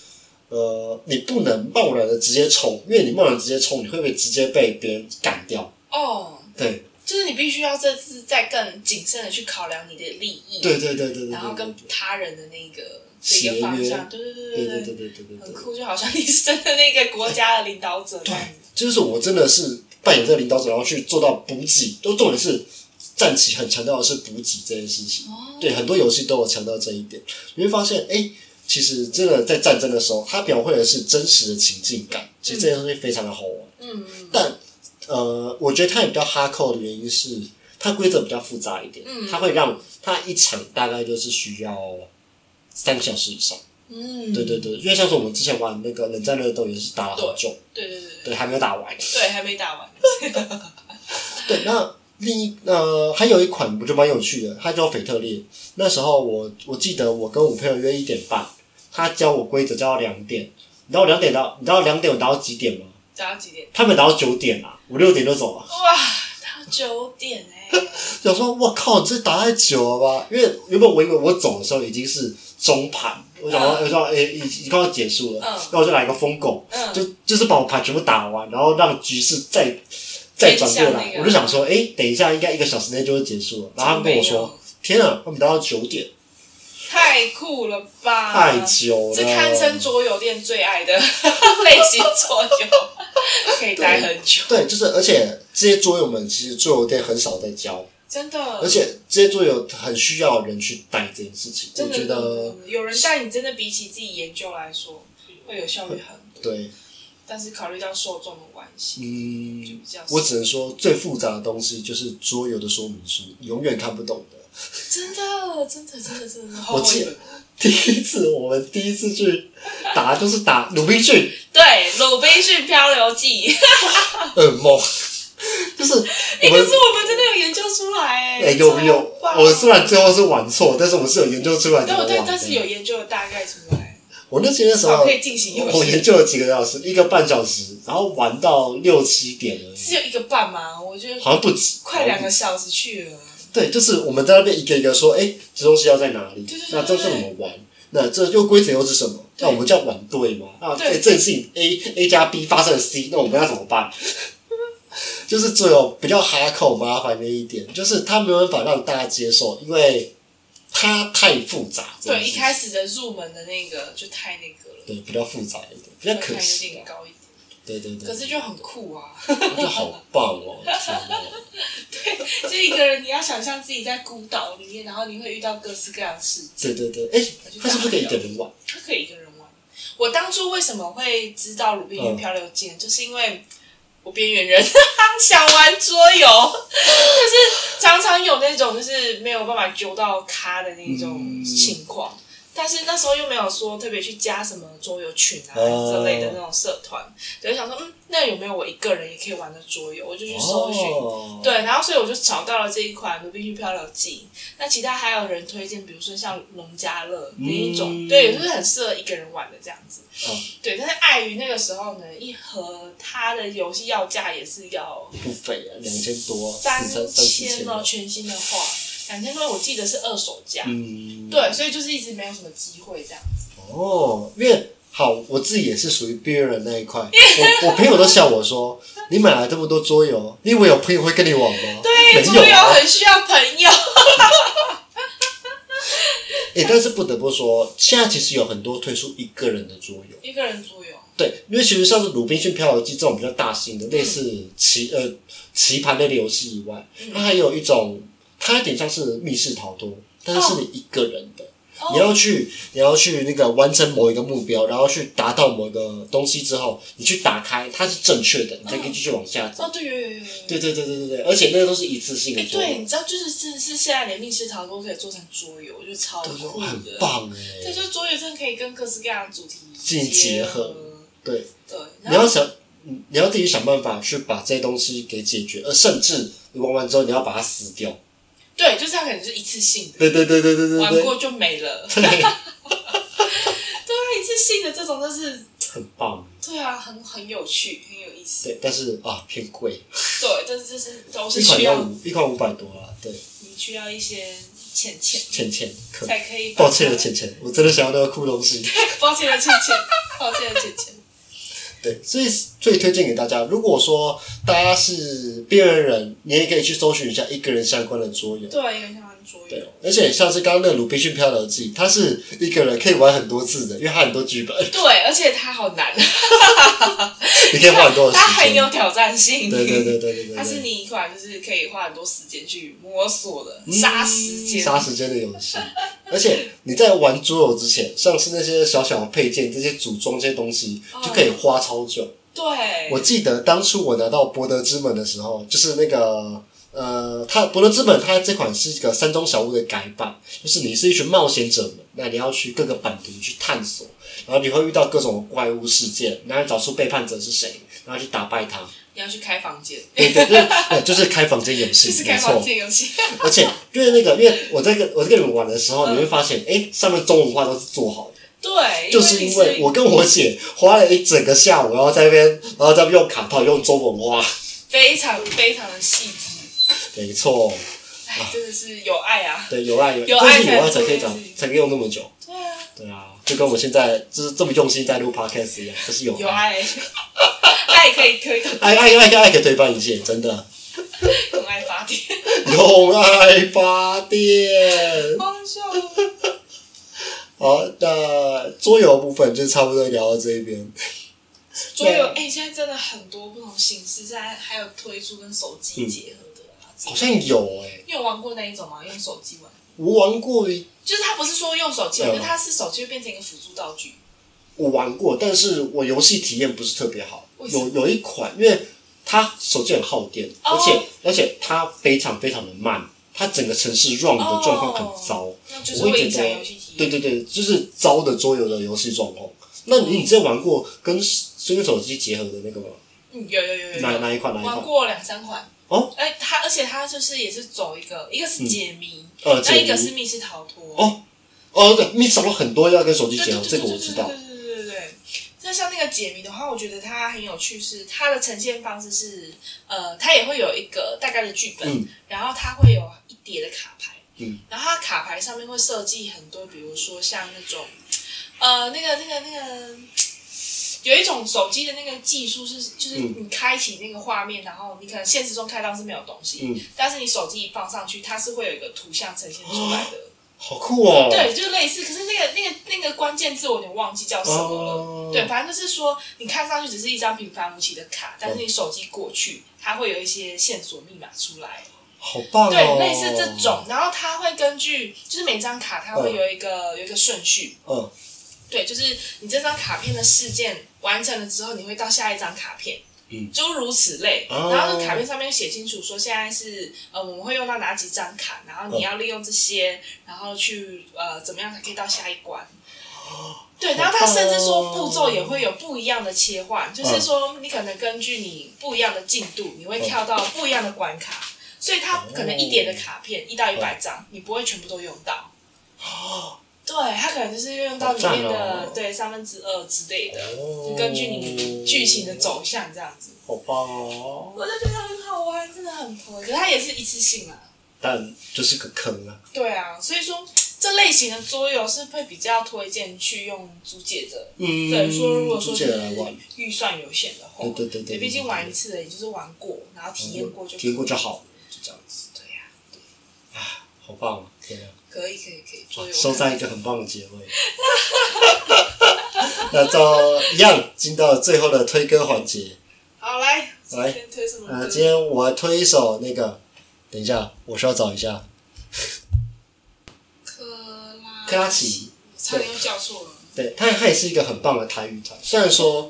你不能贸然的直接冲，因为你贸然直接冲，你会不会直接被别人干掉？ 哦， 对， 就是你必须要这次再更谨慎的去考量你的利益， 对， 然后跟他人的那个协约， 方向，对，很酷，就好像你是真的那个国家的领导者这样子。 就是我真的是扮演这个领导者，然后去做到补给，重点是战棋很强调的是补给这件事情。对，很多游戏都有强调这一点，你会发现，其实真的在战争的时候，它描绘的是真实的情境感，其实这件东西非常的好玩。但我觉得它也比较哈扣的原因是，它规则比较复杂一点，它会让它一场大概就是需要3个小时以上。对，因为像是我们之前玩那个冷战热斗也是打了好久，对，还没有打完， 对，还没打完。 对，那还有一款我觉得蛮有趣的，它叫腓特烈。那时候我记得我跟我朋友约1点半，他教我规则教到2点，你知道2点我打到几点吗？ 打到几点？ 他们打到9点啦，我6点就走了。 哇，打到9点想说我靠，你这打太久了吧？因为原本我以为我走的时候已经是中盘，我想说已快要结束了，然后我就来个疯狗，就是把我盘全部打完，然后让局势再转过来。我就想说，等一下应该1个小时内就会结束了。然后他们跟我说，天啊，他们打到9点。 太酷了吧！ 太久了， 这堪称桌游店最爱的类型桌游，可以待很久。 对，就是而且这些桌游们其实桌游店很少在教， 真的。 而且这些桌游很需要人去带这件事情， 我觉得有人带你真的比起自己研究来说会有效率很多。 对。 但是考虑到受众的关系，就比较。 我只能说最复杂的东西就是桌游的说明书，永远看不懂的。 真的。 我记得我们第一次去打就是打鲁滨逊， 对，鲁滨逊漂流记， 噩梦。就是可是我们真的有研究出来有，我虽然最后是玩错，但是我们是有研究出来的。 对，但是有研究的大概出来。 我那时候可以进行游戏， 我研究了几个小时，1个半小时，然后玩到6、7点而已。 只有1个半吗？我觉得好像不止， 快2个小时去了。 对，就是我们在那边一个一个说，这东西要在哪里？那这是怎么玩？那这又规则又是什么？那我们就要玩对吗？正性 A 加 B 发生了 C， 那我们要怎么办？就是只有比较哈扣麻烦的一点，就是它没有办法让大家接受，因为它太复杂。 对，一开始的入门的那个就太那个了。 对，比较复杂一点，比较可惜。 有点高一点。 对。 可是就很酷啊！ 就好棒哦！天哪！ 对，就一个人，你要想象自己在孤岛里面，然后你会遇到各式各样的事情。 对，他是不是可以一个人玩？ 他可以一个人玩。我当初为什么会知道《鲁滨逊漂流记》就是因为我边缘人想玩桌游，就是常常有那种就是没有办法揪到咖的那种情况。但是那时候又没有说特别去加什么桌游群啊之类的那种社团，就想说那有没有我一个人也可以玩的桌游，我就去搜寻，对，然后所以我就找到了这一款《鲁滨逊漂流记》。那其他还有人推荐，比如说像农家乐那一种，对，就是很适合一个人玩的这样子。对，但是碍于那个时候呢，一盒它的游戏要价也是要不菲啊，2000多 ，3000哦，全新的话。2000多，我记得是二手价，对，所以就是一直没有什么机会这样子。 因为我自己也是属于边缘人那一块，我朋友都笑我说：“你买来这么多桌游，你以为有朋友会跟你玩吗？” 对，桌游很需要朋友。 但是不得不说，现在其实有很多推出一个人的桌游， 一个人桌游。 对，因为其实像是《鲁滨逊漂流记》这种比较大型的，类似棋盘类的游戏以外，它还有一种。它有点像是密室逃脱，但是是你一个人的，你要去那个完成某一个目标，然后去达到某一个东西之后，你去打开，它是正确的，你才可以继续往下走。 对， 对，而且那个都是一次性的作用。 对，你知道，就是真的是现在连密室逃脱可以做成桌游，我觉得超酷的， 很棒对，就是桌游真的可以跟各式各样的主题进行结合。对， 你要自己想办法去把这些东西给解决，甚至你玩完之后你要把它撕掉。 对，就是它可能是一次性的， 对， 玩过就没了。对，对啊，一次性的这种都是很棒。 对啊，很有趣，很有意思。 对，但是偏贵。 对，但是这是都是需要 1款500多啦。对， 你需要一些浅浅才可以。 抱歉了，浅，我真的想要那个酷东西。 抱歉了，浅。 对，所以最推荐给大家。如果说大家是边缘人，你也可以去搜寻一下一个人相关的桌游。 对，一个人相关的桌游。 对，而且像是刚刚那个《鲁滨逊漂流记》，它是一个人可以玩很多次的，因为它很多剧本。 对，而且它好难。 你可以花很多的时间。 它很有挑战性。 对。 它是你一款就是可以花很多时间去摸索的，杀时间的游戏。而且你在玩桌游之前，像是那些小小的配件、这些组装这些东西，就可以花超久。 对， 我记得当初我拿到博德之门的时候，就是那个它博德之门它这款是一个山中小屋的改版，就是你是一群冒险者们，那你要去各个版图去探索，然后你会遇到各种怪物事件，然后找出背叛者是谁，然后去打败他。 你要去开房间， 对，就是开房间游戏， 就是开房间游戏。 而且因为我在跟你们玩的时候，你会发现，上面中文化都是做好的。 对， 就是因为我跟我姐花了一整个下午，然后在那边用卡套用中文画， 非常非常的细致。 没错， 真的是有爱啊！ 对，有爱才可以用那么久。对啊，就跟我现在就是这么用心在录 podcast 一样，就是有爱。爱可以推爱可以推翻一切，真的。 用爱发电， 用爱发电， 好笑。 好，那桌游部分就差不多聊到这边。 桌游，现在真的很多不同形式，现在还有推出跟手机结合的好像有你有玩过那一种吗？用手机玩？ 我玩过， 就是它不是说用手机，可是它是手机会变成一个辅助道具。 我玩过，但是我游戏体验不是特别好。有一款，因为它手机很耗电，而且它非常非常的慢，它整个城市 run 的状况很糟， 我会觉得对，就是糟的桌游的游戏状况。那你之前玩过跟手机结合的那个吗？ 有。 哪一款？ 玩过2-3款。 哦， 而且它就是也是走一个是解谜，那一个是密室逃脱。 对，密室逃脱很多要跟手机结合，这个我知道。 对。那像那个解谜的话，我觉得它很有趣，是它的呈现方式是，它也会有一个大概的剧本，然后它会有一叠的卡牌，然后它卡牌上面会设计很多，比如说像那种，那个。有一种手机的那个技术就是你开启那个画面，然后你可能现实中看到是没有东西，但是你手机一放上去，它是会有一个图像呈现出来的。 好酷哦！ 对，就类似，可是那个关键字我有点忘记叫什么了。对，反正就是说，你看上去只是一张平凡无奇的卡，但是你手机过去，它会有一些线索密码出来。 好棒哦！ 对，类似这种，然后它会根据，就是每张卡它会有一个顺序。对，就是你这张卡片的事件完成了之后，你会到下一张卡片。诸如此类，然后卡片上面写清楚说现在是我们会用到哪几张卡，然后你要利用这些，然后去怎么样才可以到下一关。对，然后它甚至说步骤也会有不一样的切换，就是说你可能根据你不一样的进度，你会跳到不一样的关卡，所以它可能1点的卡片1到100张，你不会全部都用到。对，它可能就是用到里面的对2/3之类的，就根据你剧情的走向这样子。 好棒哦！ 我就觉得很好玩，真的很推。可是它也是一次性啊， 但就是个坑啊。 对啊，所以说这类型的桌游是会比较推荐去用租借的。对，说如果说是预算有限的话，对，毕竟玩一次的也就是玩过，然后体验过就好了，就这样子。 对呀， 啊，好棒啊！天啊！ 可以， 收在一个很棒的结尾。那照一样进到最后的推歌环节。 好，来，今天推什么歌？ 今天我推一首那个，等一下，我需要找一下。克拉奇， 差点又叫错了。 对，它也是一个很棒的台语团，虽然说。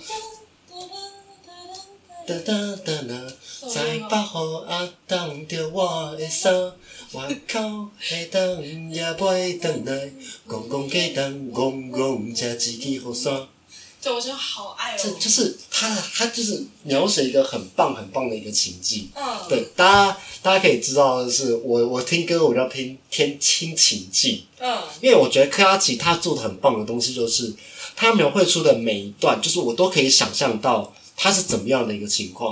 在北雨啊，冻着我的衫，外口的灯也袂转来，戆戆鸡蛋，戆戆吃一支雨伞。 对，我觉得好爱哦。 这就是他就是描写一个很棒的一个情境。对，大家可以知道的是，我听歌我要听情境。因为我觉得克拉奇他做的很棒的东西，就是他描绘出的每一段，就是我都可以想象到他是怎么样的一个情况。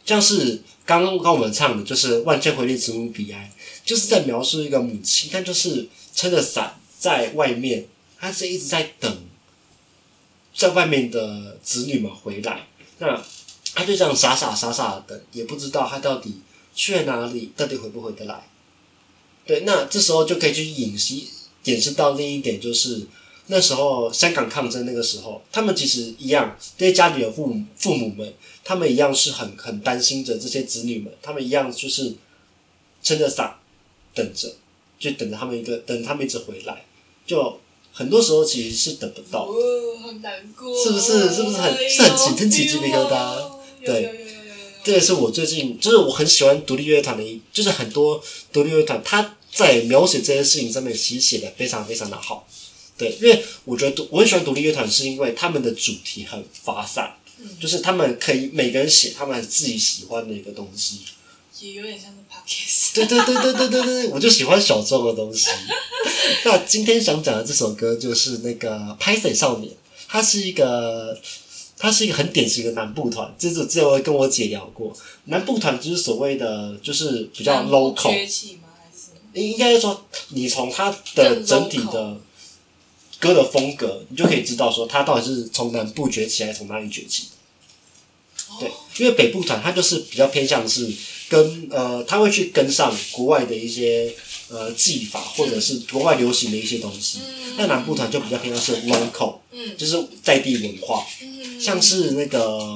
像是刚刚我们唱的，就是万千回力慈母彼哀，就是在描述一个母亲，她就是撑着伞在外面，她是一直在等在外面的子女们回来，那她就这样傻傻的等，也不知道她到底去了哪里，到底回不回得来。对，那这时候就可以去演示到另一点，就是那时候香港抗争那个时候，他们其实一样，这些家里的父母们，他们一样是很担心着这些子女们，他们一样就是撑着伞等着，就等着他们一直回来，就很多时候其实是等不到， 好难过， 是不是很起鸡皮疙瘩？对。这也是我最近，就是我很喜欢独立乐团的，就是很多独立乐团，他在描写这些事情上面其实写的非常非常的好。对，因为我觉得我很喜欢独立乐团，是因为他们的主题很发散，就是他们可以每个人写他们自己喜欢的一个东西， 也有点像是 podcast。 对，我就喜欢小众的东西。那今天想讲的这首歌就是那个《拍水少年》，它是一个很典型的南部团，这之前我跟我姐聊过，南部团就是所谓的就是比较 local， 崛起吗？还是什么？ 应该是说你从它的整体的歌的风格，你就可以知道说它到底是从南部崛起还是从哪里崛起的。对，因为北部团它就是比较偏向是它会去跟上国外的一些技法或者是国外流行的一些东西，那南部团就比较偏向是 local，就是在地文化，像是那个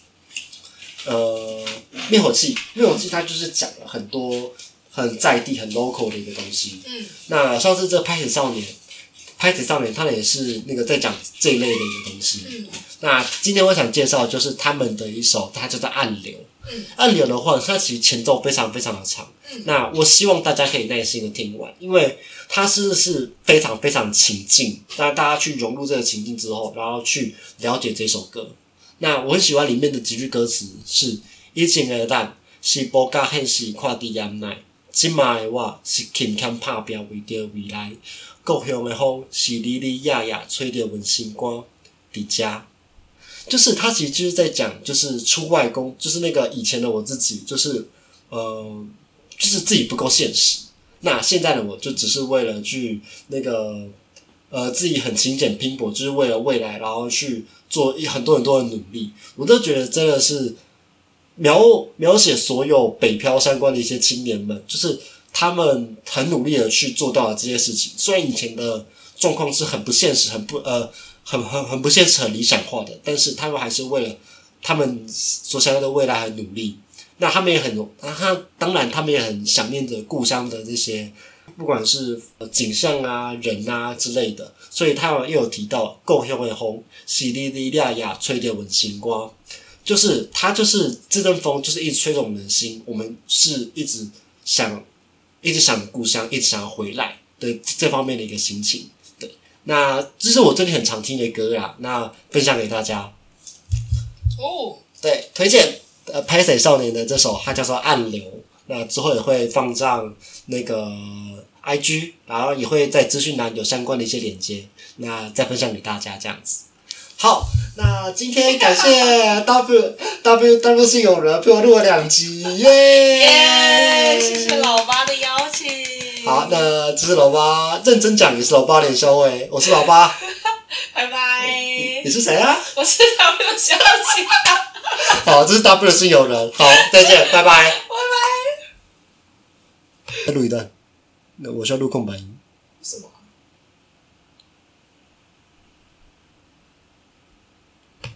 灭火器它就是讲了很多很在地很 local 的一个东西。那上次这拍水少年他也是那个在讲这一类的一个东西。那今天我想介绍就是他们的一首，它叫做暗流。暗流的话，它其实前奏非常非常的长。那我希望大家可以耐心的听完，因为它是非常非常情境，那大家去融入这个情境之后，然后去了解这首歌。那我很喜欢里面的几句歌词是：以前的咱是无甲现实看伫眼内，即卖的我是勤俭打拼为着未来。故乡的风是哩哩呀呀吹着阮心肝伫遮。就是他其实就是在讲，就是出外公，就是那个以前的我自己，就是就是自己不够现实。那现在的我就只是为了去那个自己很勤俭拼搏，就是为了未来，然后去做很多很多的努力。我都觉得真的是描写所有北漂相关的一些青年们，就是他们很努力的去做到了这些事情。虽然以前的状况是很不现实，很不现实、很理想化的，但是他们还是为了他们所想要的未来很努力。那他们也当然他们也很想念着故乡的这些，不管是景象啊、人啊之类的。所以他又有提到故乡的风是哩哩呀呀吹着阮心肝，就是他就是这阵风，就是一直吹着我们的心，我们是一直想故乡，一直想要回来的这方面的一个心情。那这是我最近很常听的歌啦，那分享给大家。对，推荐拍水少年的这首，它叫做《暗流》。那之后也会放上那个 IG， 然后也会在资讯栏有相关的一些连接，那再分享给大家这样子。好，那今天感谢 W 是有人陪我录了2集， 耶！谢谢老爸的邀请。 好，那这是老爸认真讲，也是老爸脸消委，我是老爸， 拜拜。 你是谁啊？ 我是 W 小姐。 好，这是 W 是有人，好，再见，拜拜。 拜拜。 再录一段，那我需要录空白音。 什么？